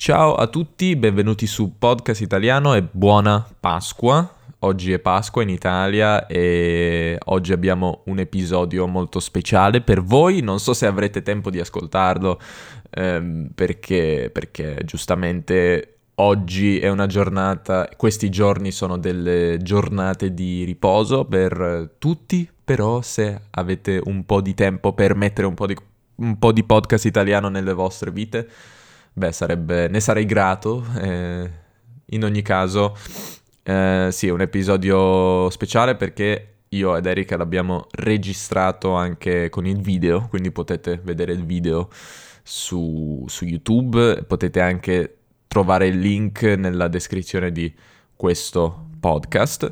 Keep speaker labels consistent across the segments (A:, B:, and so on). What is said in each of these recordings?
A: Ciao a tutti, benvenuti su Podcast Italiano e buona Pasqua. Oggi è Pasqua in Italia e oggi abbiamo un episodio molto speciale per voi. Non so se avrete tempo di ascoltarlo perché giustamente oggi è una giornata, questi giorni sono delle giornate di riposo per tutti, però se avete un po' di tempo per mettere un po' di podcast italiano nelle vostre vite, ne sarei grato. In ogni caso, sì, è un episodio speciale perché io ed Erika l'abbiamo registrato anche con il video, quindi potete vedere il video su YouTube, potete anche trovare il link nella descrizione di questo podcast.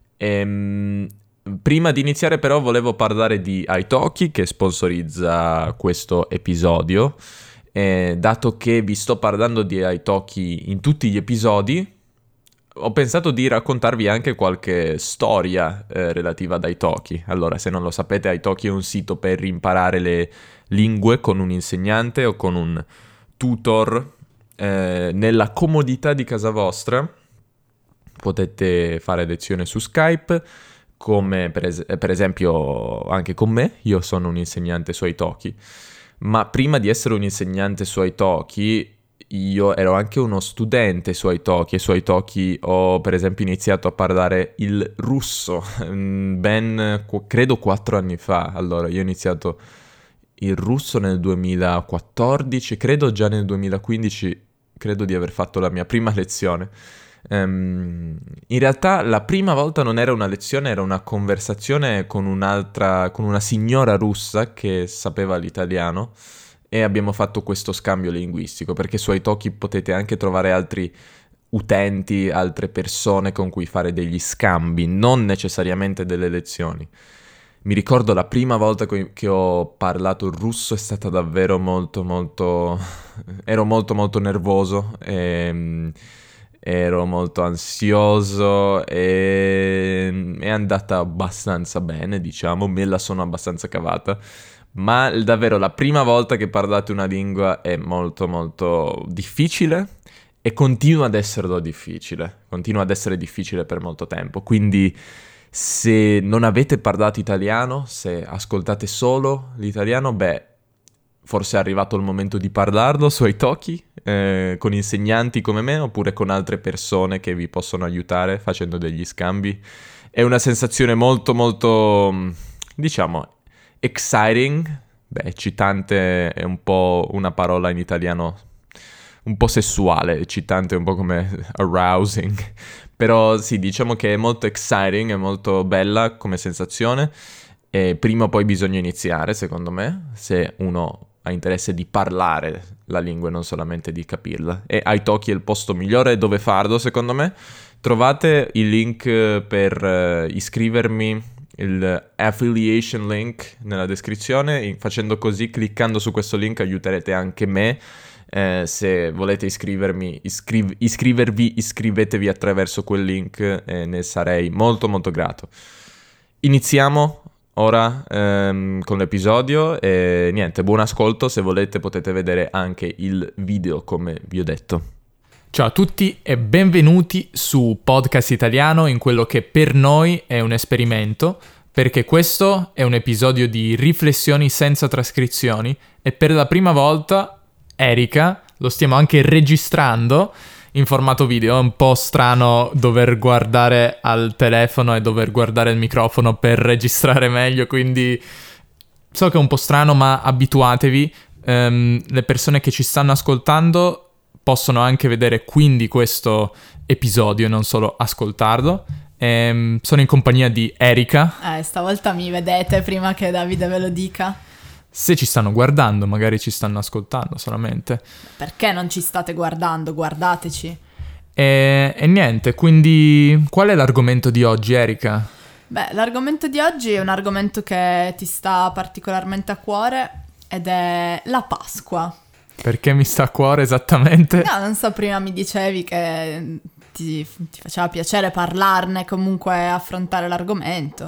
A: Prima di iniziare però volevo parlare di Italki che sponsorizza questo episodio. Dato che vi sto parlando di Italki in tutti gli episodi, ho pensato di raccontarvi anche qualche storia relativa ad Italki. Allora, se non lo sapete, Italki è un sito per imparare le lingue con un insegnante o con un tutor nella comodità di casa vostra. Potete fare lezioni su Skype, come per esempio anche con me. Io sono un insegnante su Italki. Ma prima di essere un insegnante su Italki, io ero anche uno studente su Italki e su Italki ho per esempio iniziato a parlare il russo credo 4 anni fa. Allora, io ho iniziato il russo nel 2014, credo già nel 2015, credo di aver fatto la mia prima lezione. In realtà la prima volta non era una lezione, era una conversazione con una signora russa che sapeva l'italiano e abbiamo fatto questo scambio linguistico, perché su Italki potete anche trovare altri utenti, altre persone con cui fare degli scambi, non necessariamente delle lezioni. Mi ricordo la prima volta che ho parlato il russo è stata davvero ero molto nervoso ero molto ansioso e è andata abbastanza bene, diciamo, me la sono abbastanza cavata, ma davvero la prima volta che parlate una lingua è molto difficile e continua ad essere difficile per molto tempo, quindi se non avete parlato italiano, se ascoltate solo l'italiano, forse è arrivato il momento di parlarlo su Italki, con insegnanti come me oppure con altre persone che vi possono aiutare facendo degli scambi. È una sensazione molto, diciamo, exciting. Eccitante è un po' una parola in italiano un po' sessuale, eccitante è un po' come arousing. Però sì, diciamo che è molto exciting, è molto bella come sensazione. E prima o poi bisogna iniziare, secondo me, se uno ha interesse di parlare la lingua e non solamente di capirla. E Italki è il posto migliore dove farlo, secondo me. Trovate il link per iscrivermi, il affiliation link nella descrizione. Facendo così, cliccando su questo link, aiuterete anche me. Se volete iscrivetevi attraverso quel link e ne sarei molto grato. Iniziamo ora con l'episodio e niente, buon ascolto. Se volete potete vedere anche il video come vi ho detto.
B: Ciao a tutti e benvenuti su Podcast Italiano in quello che per noi è un esperimento, perché questo è un episodio di riflessioni senza trascrizioni e per la prima volta Erika lo stiamo anche registrando in formato video. È un po' strano dover guardare al telefono e dover guardare il microfono per registrare meglio, quindi so che è un po' strano, ma abituatevi. Le persone che ci stanno ascoltando possono anche vedere quindi questo episodio e non solo ascoltarlo. Sono in compagnia di Erika.
C: Stavolta mi vedete prima che Davide ve lo dica.
B: Se ci stanno guardando, magari ci stanno ascoltando solamente.
C: Perché non ci state guardando? Guardateci.
B: E niente, quindi qual è l'argomento di oggi, Erika?
C: L'argomento di oggi è un argomento che ti sta particolarmente a cuore ed è la Pasqua.
B: Perché mi sta a cuore esattamente?
C: No, non so, prima mi dicevi che ti faceva piacere parlarne, comunque affrontare l'argomento.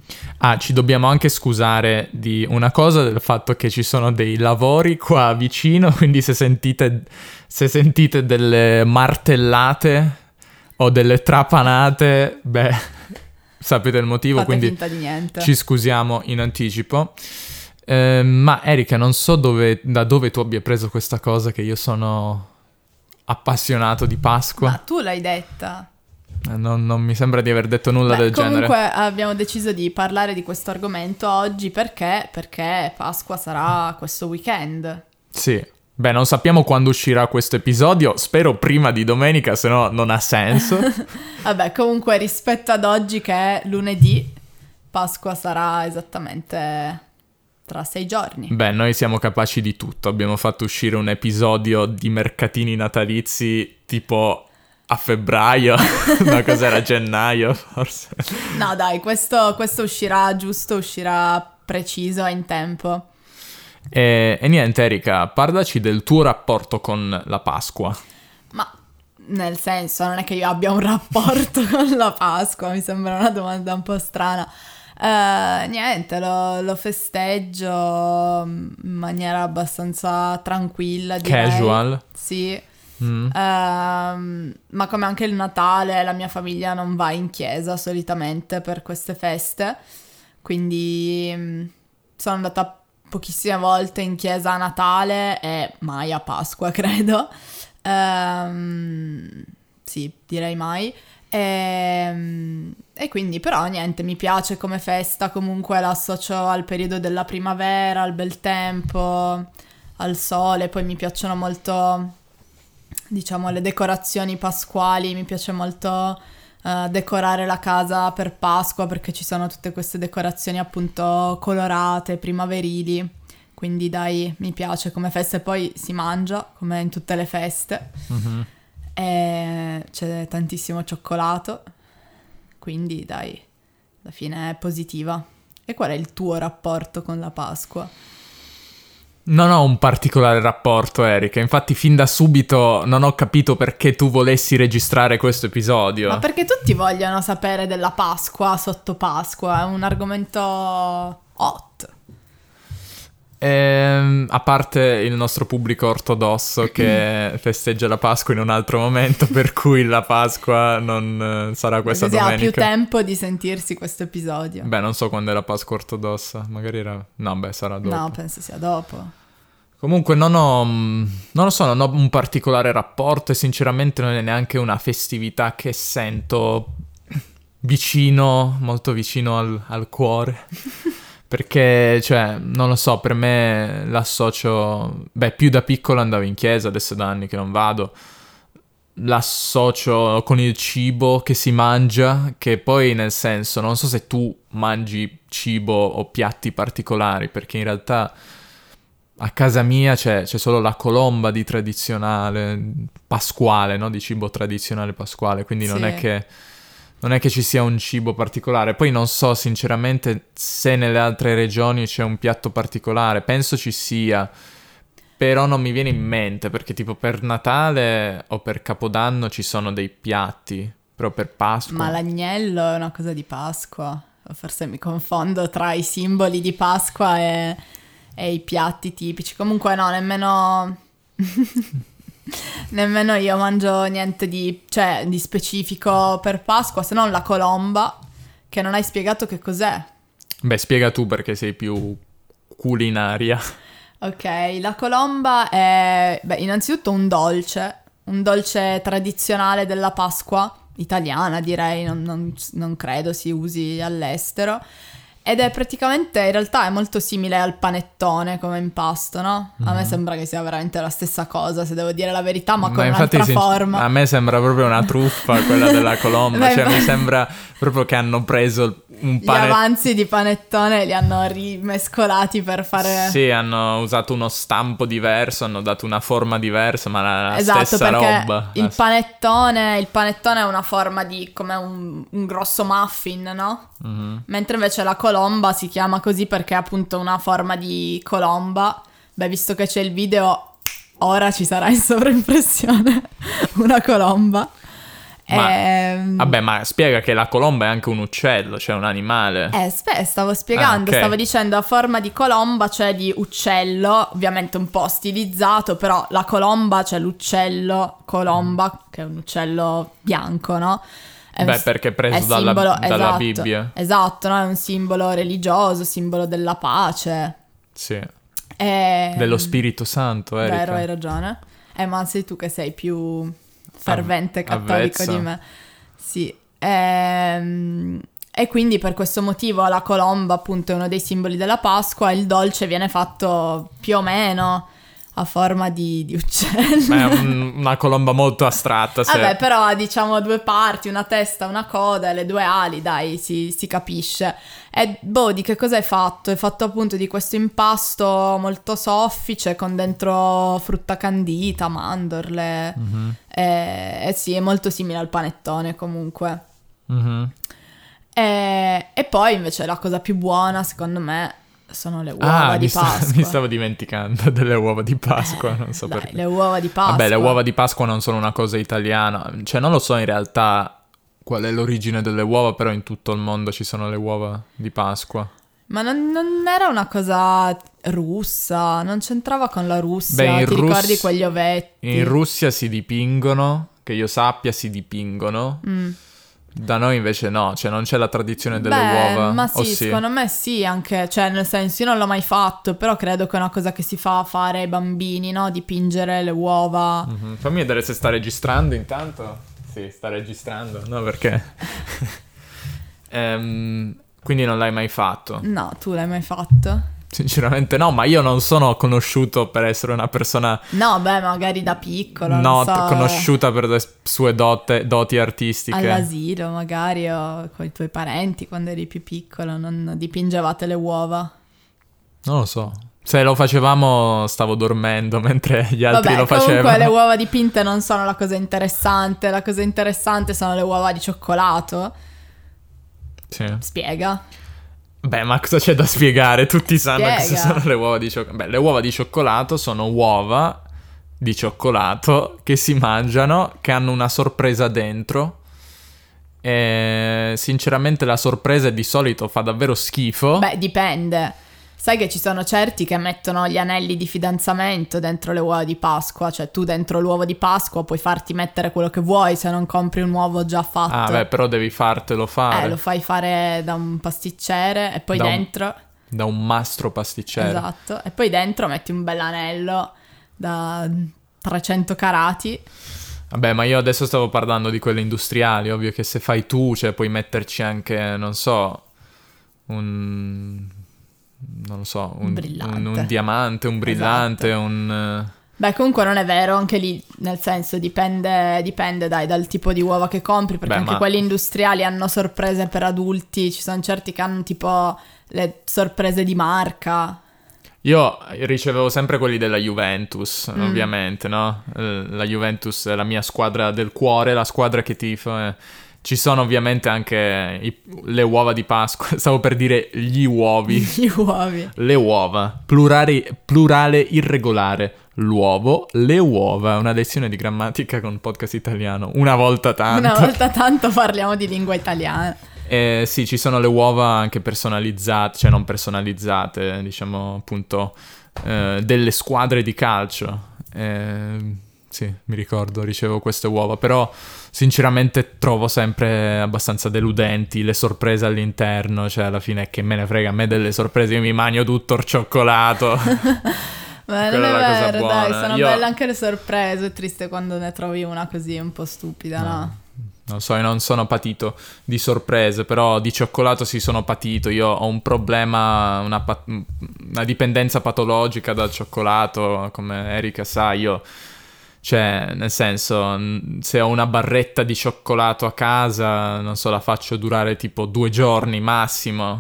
B: Ci dobbiamo anche scusare di una cosa, del fatto che ci sono dei lavori qua vicino, quindi se sentite delle martellate o delle trapanate, beh, sapete il motivo,
C: Fate
B: quindi
C: finta di niente.
B: ci scusiamo in anticipo. Ma Erika, non so da dove tu abbia preso questa cosa che io sono appassionato di Pasqua.
C: Ma tu l'hai detta.
B: Non mi sembra di aver detto nulla del
C: comunque
B: genere.
C: abbiamo deciso di parlare di questo argomento oggi perché Pasqua sarà questo weekend.
B: Sì. Beh, non sappiamo quando uscirà questo episodio, spero prima di domenica, se no non ha senso.
C: Vabbè, comunque rispetto ad oggi che è lunedì, Pasqua sarà esattamente tra 6 giorni.
B: Beh, noi siamo capaci di tutto, abbiamo fatto uscire un episodio di mercatini natalizi tipo a febbraio, no, cos'era, gennaio forse?
C: No dai, questo uscirà preciso in tempo.
B: E niente, Erika, parlaci del tuo rapporto con la Pasqua.
C: Ma nel senso, non è che io abbia un rapporto con la Pasqua, mi sembra una domanda un po' strana. Niente, lo festeggio in maniera abbastanza tranquilla, direi.
B: Casual?
C: Sì. Ma come anche il Natale, la mia famiglia non va in chiesa solitamente per queste feste, quindi sono andata pochissime volte in chiesa a Natale e mai a Pasqua, credo. Sì, direi mai. E quindi però niente, mi piace come festa, comunque la associo al periodo della primavera, al bel tempo, al sole. Poi mi piacciono molto, diciamo, le decorazioni pasquali, mi piace molto decorare la casa per Pasqua perché ci sono tutte queste decorazioni appunto colorate, primaverili, quindi dai, mi piace come festa. E poi si mangia come in tutte le feste.
B: Mm-hmm.
C: E c'è tantissimo cioccolato, quindi dai, alla fine è positiva. E qual è il tuo rapporto con la Pasqua?
B: Non ho un particolare rapporto, Erika, infatti fin da subito non ho capito perché tu volessi registrare questo episodio.
C: Ma perché tutti vogliono sapere della Pasqua sotto Pasqua, è un argomento hot.
B: A parte il nostro pubblico ortodosso che festeggia la Pasqua in un altro momento, per cui la Pasqua non sarà questa
C: Così
B: domenica.
C: ha più tempo di sentirsi questo episodio.
B: Beh, non so quando è la Pasqua ortodossa, magari era... No, beh, sarà dopo.
C: No, penso sia dopo.
B: Comunque non ho un particolare rapporto e sinceramente non è neanche una festività che sento vicino, molto vicino al cuore. Perché, cioè, non lo so, per me l'associo... Beh, più da piccolo andavo in chiesa, adesso da anni che non vado. L'associo con il cibo che si mangia, che poi nel senso, non so se tu mangi cibo o piatti particolari, perché in realtà a casa mia c'è solo la colomba di tradizionale, pasquale, no? Di cibo tradizionale pasquale, quindi
C: Sì.
B: non è che ci sia un cibo particolare. Poi non so sinceramente se nelle altre regioni c'è un piatto particolare. Penso ci sia, però non mi viene in mente, perché tipo per Natale o per Capodanno ci sono dei piatti, però per Pasqua...
C: Ma l'agnello è una cosa di Pasqua. Forse mi confondo tra i simboli di Pasqua e i piatti tipici. Comunque no, nemmeno io mangio niente di specifico per Pasqua, se non la colomba, che non hai spiegato che cos'è.
B: Beh, spiega tu perché sei più culinaria.
C: Ok, la colomba è, innanzitutto un dolce tradizionale della Pasqua, italiana direi, non credo si usi all'estero. Ed è praticamente, in realtà è molto simile al panettone come impasto, no? A me sembra che sia veramente la stessa cosa, se devo dire la verità, ma con un'altra forma.
B: A me sembra proprio una truffa quella della colomba, cioè mi sembra proprio che hanno preso un
C: Gli avanzi di panettone li hanno rimescolati per fare...
B: Sì, hanno usato uno stampo diverso, hanno dato una forma diversa, ma la
C: esatto,
B: stessa
C: perché
B: roba.
C: Il panettone è una forma di come un grosso muffin, no?
B: Mm-hmm.
C: Mentre invece la colomba si chiama così perché è appunto una forma di colomba. Beh, visto che c'è il video, ora ci sarà in sovraimpressione una colomba.
B: Vabbè, ma spiega che la colomba è anche un uccello, cioè un animale.
C: Stavo spiegando,
B: ok.
C: stavo dicendo a forma di colomba, cioè di uccello, ovviamente un po' stilizzato, però la colomba, cioè l'uccello colomba, che è un uccello bianco, no?
B: Perché è preso
C: è
B: dalla
C: esatto,
B: Bibbia.
C: Esatto, no? È un simbolo religioso, simbolo della pace.
B: Sì.
C: E...
B: Dello Spirito Santo, Erika.
C: Vero, hai ragione. Ma sei tu che sei più fervente cattolico
B: avvezza.
C: di me. Sì. E quindi per questo motivo la colomba appunto è uno dei simboli della Pasqua. Il dolce viene fatto più o meno a forma di uccello.
B: Ma è una colomba molto astratta.
C: Vabbè, però ha diciamo due parti, una testa, una coda e le due ali, dai, si capisce. E di che cosa è fatto? È fatto appunto di questo impasto molto soffice con dentro frutta candita, mandorle.
B: Mhm.
C: E sì, è molto simile al panettone comunque.
B: Mhm.
C: E poi invece la cosa più buona, secondo me, sono le uova di Pasqua.
B: Mi stavo dimenticando delle uova di Pasqua, non so
C: Dai,
B: perché.
C: le uova di Pasqua.
B: Vabbè, le uova di Pasqua non sono una cosa italiana. Cioè, non lo so in realtà qual è l'origine delle uova, però in tutto il mondo ci sono le uova di Pasqua.
C: Ma non era una cosa russa, non c'entrava con la Russia,
B: Beh,
C: ti ricordi quegli ovetti?
B: In Russia si dipingono, che io sappia si dipingono. Da noi invece no, cioè non c'è la tradizione delle uova.
C: Ma
B: o
C: sì, secondo me sì, anche, cioè nel senso io non l'ho mai fatto, però credo che è una cosa che si fa fare ai bambini, no? Dipingere le uova.
B: Mhm. Fammi vedere se sta registrando intanto. Sì, sta registrando, no perché? Quindi non l'hai mai fatto?
C: No, tu l'hai mai fatto?
B: Sinceramente no, ma io non sono conosciuto per essere una persona
C: No, beh, magari da piccolo, non so,
B: conosciuta per le sue doti artistiche.
C: all'asilo magari o con i tuoi parenti quando eri più piccolo, non dipingevate le uova.
B: Non lo so. Se lo facevamo stavo dormendo mentre gli altri
C: Vabbè,
B: lo
C: comunque
B: facevano.
C: le uova dipinte non sono la cosa interessante sono le uova di cioccolato.
B: Sì.
C: Spiega.
B: Beh, ma cosa c'è da spiegare? Tutti sanno
C: Spiega.
B: cosa sono le uova di cioccolato. Beh, le uova di cioccolato sono uova di cioccolato che si mangiano, che hanno una sorpresa dentro. E sinceramente la sorpresa di solito fa davvero schifo.
C: Beh, dipende. Sai che ci sono certi che mettono gli anelli di fidanzamento dentro le uova di Pasqua, cioè tu dentro l'uovo di Pasqua puoi farti mettere quello che vuoi se non compri un uovo già fatto.
B: Ah, beh, però devi fartelo fare.
C: Lo fai fare da un pasticcere e poi
B: Da un
C: dentro...
B: Da un mastro pasticcere.
C: Esatto, e poi dentro metti un bell'anello da 300 carati.
B: Vabbè, ma io adesso stavo parlando di quelle industriali, ovvio che se fai tu, cioè puoi metterci anche, non so, un
C: Brillante.
B: un diamante, un brillante,
C: Esatto. Beh, comunque non è vero, anche lì, nel senso, dipende dal tipo di uova che compri, perché anche quelli industriali hanno sorprese per adulti, ci sono certi che hanno tipo le sorprese di marca.
B: Io ricevevo sempre quelli della Juventus, ovviamente, no? La Juventus è la mia squadra del cuore, la squadra che tifo. Ci sono ovviamente anche le uova di Pasqua, stavo per dire gli uovi.
C: Gli uovi.
B: Le uova, plurale irregolare. L'uovo, le uova, una lezione di grammatica con podcast italiano, una volta tanto.
C: Una volta tanto parliamo di lingua italiana.
B: Sì, ci sono le uova anche personalizzate, cioè non personalizzate, diciamo appunto delle squadre di calcio. Sì, mi ricordo, ricevo queste uova, però sinceramente trovo sempre abbastanza deludenti le sorprese all'interno, cioè alla fine che me ne frega a me delle sorprese, io mi mangio tutto il cioccolato.
C: Ma non
B: Quella
C: è
B: è la cosa
C: vero,
B: buona.
C: dai, sono belle anche le sorprese, è triste quando ne trovi una così un po' stupida, no?
B: Non so, io non sono patito di sorprese, però di cioccolato sì sono patito. Io ho un problema, una dipendenza patologica dal cioccolato, come Erika sa, io... Cioè, nel senso, se ho una barretta di cioccolato a casa, non so, la faccio durare tipo 2 giorni massimo.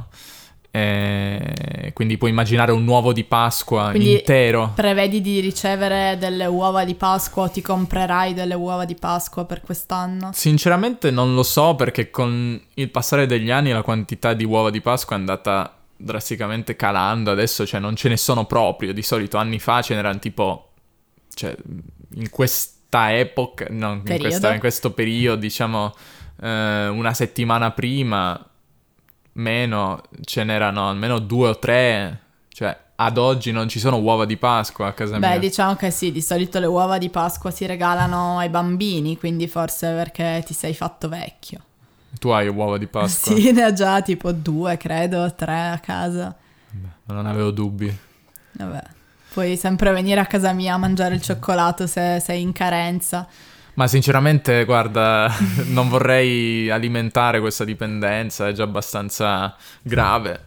B: Quindi puoi immaginare un uovo di Pasqua
C: Quindi
B: intero.
C: prevedi di ricevere delle uova di Pasqua o ti comprerai delle uova di Pasqua per quest'anno?
B: Sinceramente non lo so, perché con il passare degli anni la quantità di uova di Pasqua è andata drasticamente calando. Adesso, cioè, non ce ne sono proprio. Di solito anni fa ce n'erano tipo... Cioè, in questa epoca, no, in questo periodo, diciamo una settimana prima, meno, ce n'erano almeno 2 o 3, cioè ad oggi non ci sono uova di Pasqua a casa mia.
C: Beh, diciamo che sì, di solito le uova di Pasqua si regalano ai bambini, quindi forse perché ti sei fatto vecchio.
B: Tu hai uova di Pasqua?
C: Sì, ne ho già tipo 2, credo, 3 a casa.
B: Beh, non avevo dubbi.
C: Vabbè, puoi sempre venire a casa mia a mangiare il cioccolato se sei in carenza.
B: Ma sinceramente, guarda, non vorrei alimentare questa dipendenza, è già abbastanza grave.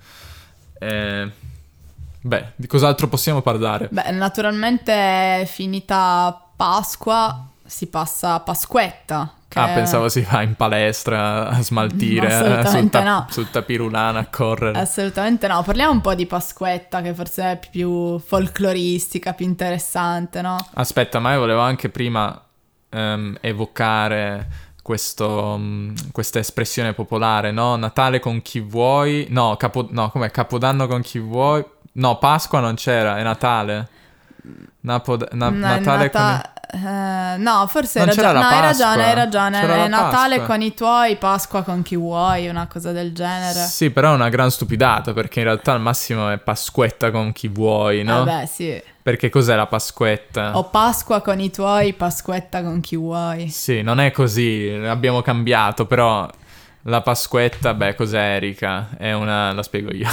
B: Beh, di cos'altro possiamo parlare?
C: Beh, naturalmente finita Pasqua si passa a Pasquetta.
B: Pensavo si va in palestra a smaltire sul tapirulano a correre.
C: Assolutamente no, parliamo un po' di Pasquetta che forse è più folcloristica, più interessante, no?
B: Aspetta, ma io volevo anche prima evocare questa espressione popolare, no? Natale con chi vuoi, no, com'è? Capodanno con chi vuoi, no, Pasqua non c'era, è Natale. Natale con...
C: no, forse hai ragione. È Natale Pasqua con i tuoi, Pasqua con chi vuoi, una cosa del genere.
B: Sì, però è una gran stupidata, perché in realtà al massimo è Pasquetta con chi vuoi, no?
C: Beh, sì.
B: Perché cos'è la Pasquetta?
C: O Pasqua con i tuoi, Pasquetta con chi vuoi.
B: Sì, non è così, abbiamo cambiato, però la Pasquetta, beh, cos'è, Erika? La spiego io.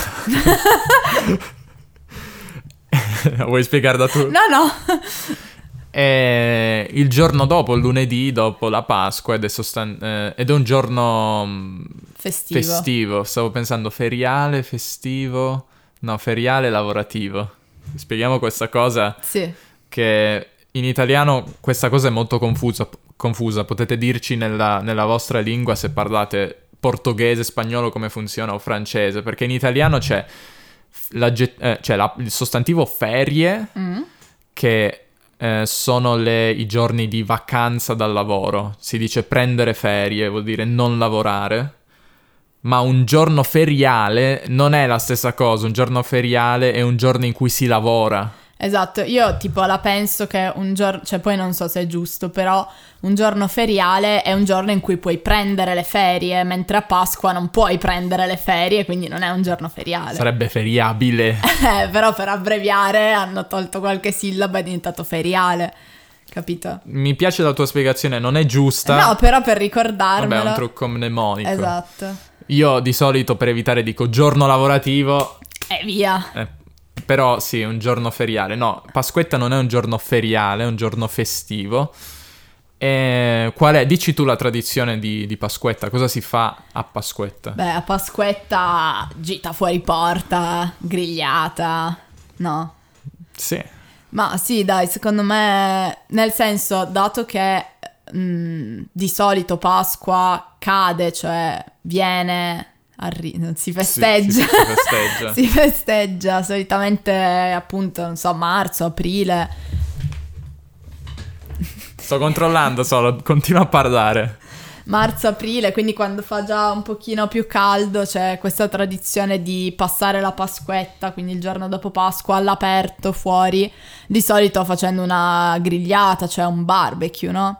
B: Vuoi spiegarla tu?
C: No.
B: È il giorno dopo, il lunedì dopo la Pasqua, ed è un giorno festivo. Stavo pensando feriale, festivo, no, feriale lavorativo. Spieghiamo questa cosa.
C: Sì.
B: Che in italiano questa cosa è molto confusa. Potete dirci nella vostra lingua se parlate portoghese, spagnolo, come funziona, o francese, perché in italiano c'è il sostantivo ferie, che sono i giorni di vacanza dal lavoro. Si dice prendere ferie, vuol dire non lavorare. Ma un giorno feriale non è la stessa cosa. Un giorno feriale è un giorno in cui si lavora.
C: Esatto, io tipo la penso che un giorno, cioè poi non so se è giusto, però un giorno feriale è un giorno in cui puoi prendere le ferie, mentre a Pasqua non puoi prendere le ferie, quindi non è un giorno feriale.
B: Sarebbe feriabile.
C: Però per abbreviare hanno tolto qualche sillaba, è diventato feriale, capito?
B: Mi piace la tua spiegazione, non è giusta.
C: No, però per ricordarmelo.
B: Vabbè, è un trucco mnemonico.
C: Esatto.
B: Io di solito per evitare dico giorno lavorativo.
C: E via.
B: Però sì, un giorno feriale. No, Pasquetta non è un giorno feriale, è un giorno festivo. Qual è? Dici tu la tradizione di Pasquetta, cosa si fa a Pasquetta?
C: Beh, a Pasquetta gita fuori porta, grigliata, no?
B: Sì.
C: Ma sì, dai, secondo me, nel senso, dato che di solito Pasqua cade, cioè viene... non si festeggia.
B: Si festeggia.
C: Si festeggia solitamente appunto, non so, marzo, aprile.
B: Sto controllando solo, continua a parlare.
C: Marzo-aprile, quindi quando fa già un pochino più caldo c'è questa tradizione di passare la Pasquetta, quindi il giorno dopo Pasqua all'aperto fuori, di solito facendo una grigliata, cioè un barbecue, no?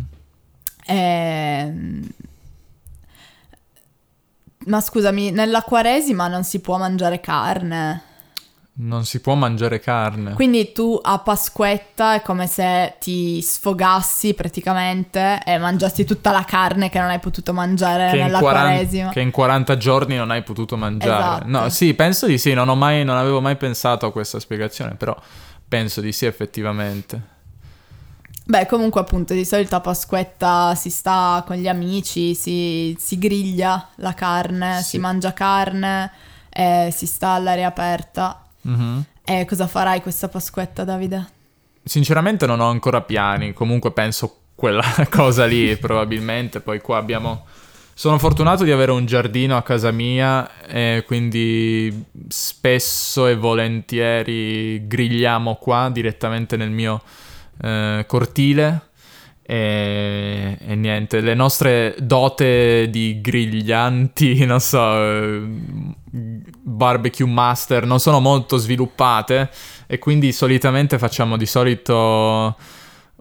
C: Ma scusami, nella Quaresima non si può mangiare carne.
B: Non si può mangiare carne.
C: Quindi tu a Pasquetta è come se ti sfogassi praticamente e mangiassi tutta la carne che non hai potuto mangiare nella Quaresima.
B: Che in 40 giorni non hai potuto mangiare.
C: Esatto.
B: No, sì, penso di sì, non avevo mai pensato a questa spiegazione, però penso di sì effettivamente.
C: Beh, comunque appunto di solito a Pasquetta si sta con gli amici, si griglia la carne,
B: sì.
C: Si mangia carne e si sta all'aria aperta. E cosa farai questa Pasquetta, Davide?
B: Sinceramente non ho ancora piani, comunque penso quella cosa lì probabilmente. Poi qua sono fortunato di avere un giardino a casa mia e quindi spesso e volentieri grigliamo qua direttamente nel mio cortile e niente, le nostre dote di griglianti, non so, barbecue master non sono molto sviluppate e quindi solitamente facciamo di solito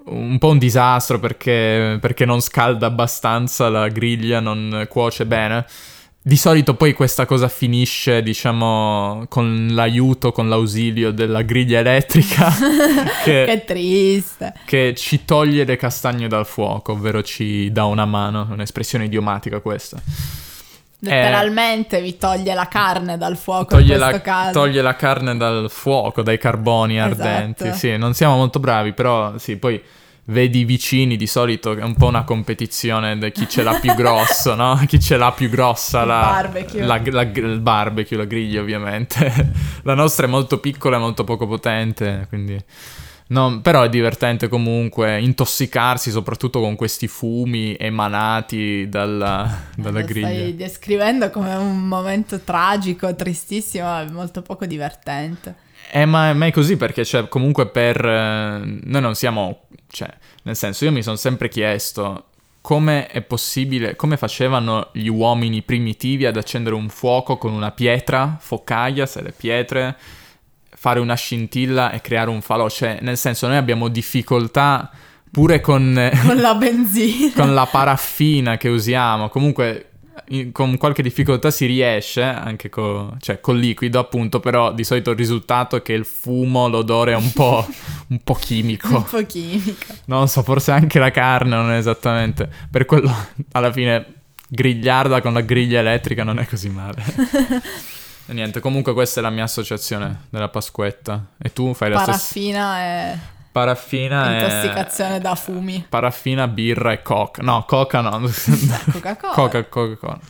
B: un po' un disastro perché non scalda abbastanza la griglia, non cuoce bene. Di solito poi questa cosa finisce, diciamo, con l'ausilio della griglia elettrica
C: Che triste.
B: che ci toglie le castagne dal fuoco, ovvero ci dà una mano, è un'espressione idiomatica questa.
C: Letteralmente vi toglie la carne dal fuoco in questo caso.
B: Toglie la carne dal fuoco, dai carboni ardenti.
C: Esatto.
B: Sì, non siamo molto bravi, però sì, poi vedi i vicini, di solito è un po' una competizione di chi ce l'ha più grosso, no? Chi ce l'ha più grossa
C: Il barbecue.
B: il barbecue, la griglia ovviamente. La nostra è molto piccola e molto poco potente, quindi... No, però è divertente comunque intossicarsi soprattutto con questi fumi emanati dalla griglia.
C: Lo stai descrivendo come un momento tragico, tristissimo, molto poco divertente.
B: Ma è così perché, cioè, comunque noi non siamo... Cioè, nel senso, io mi sono sempre chiesto come è possibile, come facevano gli uomini primitivi ad accendere un fuoco con una pietra, focaia, se le pietre... fare una scintilla e creare un falò, cioè nel senso noi abbiamo difficoltà pure con
C: la benzina,
B: con la paraffina che usiamo, comunque con qualche difficoltà si riesce anche col liquido appunto, però di solito il risultato è che il fumo, l'odore è un po' chimico.
C: Un po' chimico.
B: Non so, forse anche la carne non è esattamente, per quello alla fine grigliarda con la griglia elettrica non è così male. E niente, comunque questa è la mia associazione della Pasquetta. E tu fai la stessa... Paraffina e...
C: intossicazione da fumi.
B: Paraffina, birra e coca. No, coca no.
C: Coca-Cola.
B: Coca-Cola.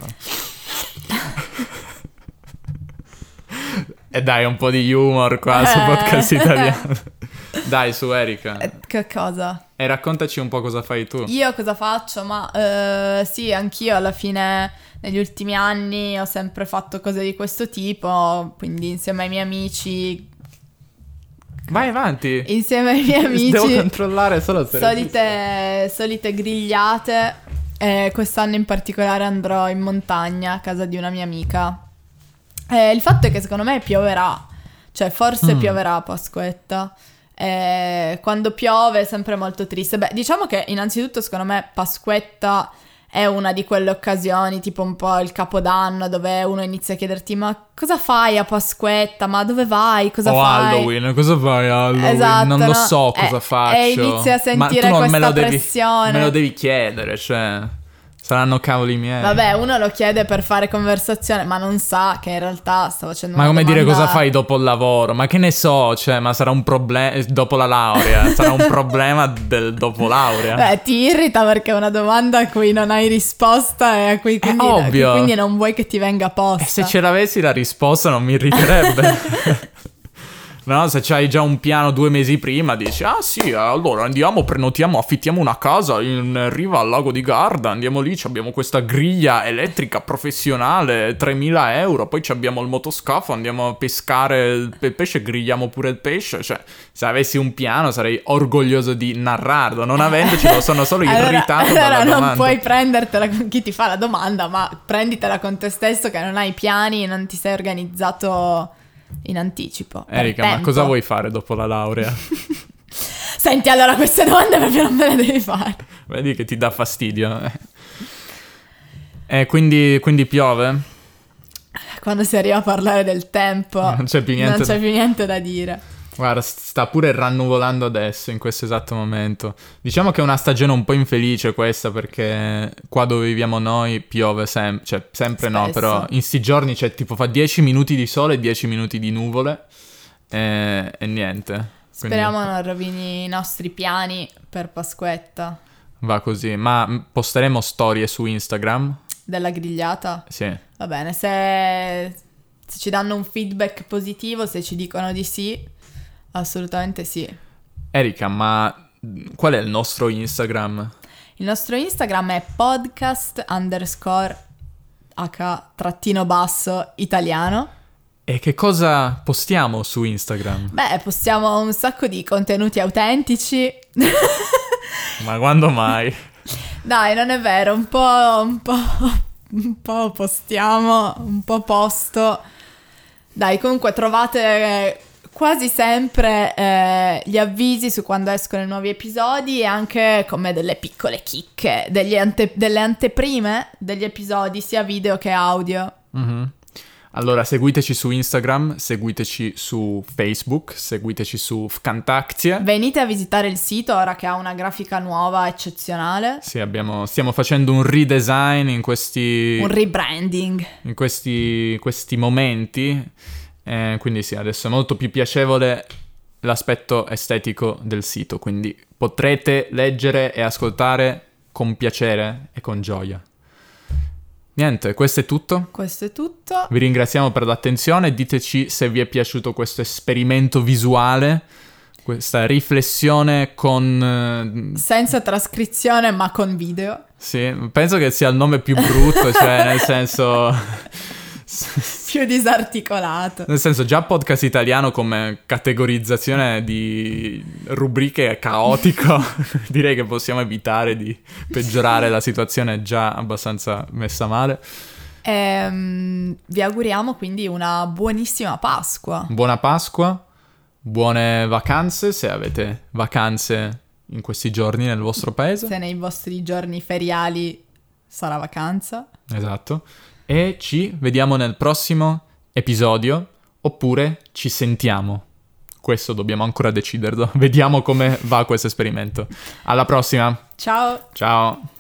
B: E dai, un po' di humor qua su Podcast Italiano. Dai, su Erika.
C: Che cosa?
B: E raccontaci un po' cosa fai tu.
C: Io cosa faccio? Ma sì, anch'io alla fine... Negli ultimi anni ho sempre fatto cose di questo tipo, quindi insieme ai miei amici...
B: Vai avanti!
C: Insieme ai miei amici...
B: Devo controllare solo se...
C: Solite grigliate. Quest'anno in particolare andrò in montagna a casa di una mia amica. Il fatto è che secondo me pioverà. Cioè forse pioverà a Pasquetta. Quando piove è sempre molto triste. Beh, diciamo che innanzitutto secondo me Pasquetta... è una di quelle occasioni, tipo un po' il Capodanno, dove uno inizia a chiederti ma cosa fai a Pasquetta? Ma dove vai? Cosa fai?
B: Halloween, cosa fai a Halloween?
C: Esatto,
B: non lo
C: no?
B: so cosa faccio.
C: E inizi a sentire
B: ma tu
C: questa pressione.
B: Me lo devi chiedere, cioè... Saranno cavoli miei.
C: Vabbè, uno lo chiede per fare conversazione, ma non sa che in realtà sta facendo una
B: Ma come
C: domanda...
B: dire cosa fai dopo il lavoro? Ma che ne so, cioè, ma sarà un problema dopo la laurea, sarà un problema del dopo laurea.
C: Beh, ti irrita perché è una domanda a cui non hai risposta e a cui quindi,
B: ovvio.
C: Quindi non vuoi che ti venga posta.
B: E se ce l'avessi la risposta non mi irriterebbe. No, se c'hai già un piano 2 mesi prima, dici, ah sì, allora andiamo, prenotiamo, affittiamo una casa in riva al lago di Garda, andiamo lì, abbiamo questa griglia elettrica professionale, 3.000 euro, poi abbiamo il motoscafo, andiamo a pescare il pesce, grigliamo pure il pesce, cioè, se avessi un piano sarei orgoglioso di narrarlo, non avendoci lo sono solo irritato dalla
C: allora
B: domanda.
C: non puoi prendertela con chi ti fa la domanda, ma prenditela con te stesso che non hai piani, non ti sei organizzato... in anticipo.
B: Erika, ma cosa vuoi fare dopo la laurea?
C: Senti, allora queste domande proprio non me le devi fare.
B: Vedi che ti dà fastidio. Quindi piove?
C: Quando si arriva a parlare del tempo
B: non c'è più niente
C: da dire.
B: Guarda, sta pure rannuvolando adesso, in questo esatto momento. Diciamo che è una stagione un po' infelice questa, perché qua dove viviamo noi piove sempre, cioè sempre
C: spesso.
B: No, però in sti giorni c'è tipo fa 10 minuti di sole e 10 minuti di nuvole e niente. Quindi
C: Speriamo non rovini i nostri piani per Pasquetta.
B: va così, ma posteremo storie su Instagram?
C: Della grigliata?
B: Sì.
C: Va bene, se ci danno un feedback positivo, se ci dicono di sì... assolutamente sì.
B: Erika, ma qual è il nostro Instagram?
C: Il nostro Instagram è podcast_h_italiano.
B: E che cosa postiamo su Instagram?
C: Beh, postiamo un sacco di contenuti autentici.
B: Ma quando mai?
C: Dai, non è vero, un po' postiamo, un po' posto. Dai, comunque trovate quasi sempre gli avvisi su quando escono i nuovi episodi e anche come delle piccole chicche, delle anteprime degli episodi, sia video che audio.
B: Mm-hmm. Allora, seguiteci su Instagram, seguiteci su Facebook, seguiteci su Vkontakte.
C: Venite a visitare il sito ora che ha una grafica nuova eccezionale.
B: Sì, stiamo facendo un redesign in questi...
C: Un rebranding.
B: In questi momenti. Quindi sì, adesso è molto più piacevole l'aspetto estetico del sito. Quindi potrete leggere e ascoltare con piacere e con gioia. Niente, questo è tutto.
C: Questo è tutto.
B: Vi ringraziamo per l'attenzione, diteci se vi è piaciuto questo esperimento visuale, questa riflessione con...
C: Senza trascrizione ma con video.
B: Sì, penso che sia il nome più brutto, cioè nel senso...
C: più disarticolato.
B: Nel senso, già podcast italiano come categorizzazione di rubriche è caotico. Direi che possiamo evitare di peggiorare la situazione già abbastanza messa male.
C: Vi auguriamo quindi una buonissima Pasqua.
B: Buona Pasqua, buone vacanze, se avete vacanze in questi giorni nel vostro paese.
C: Se nei vostri giorni feriali sarà vacanza.
B: Esatto. E ci vediamo nel prossimo episodio, oppure ci sentiamo. Questo dobbiamo ancora deciderlo. Vediamo come va questo esperimento. Alla prossima.
C: Ciao.
B: Ciao.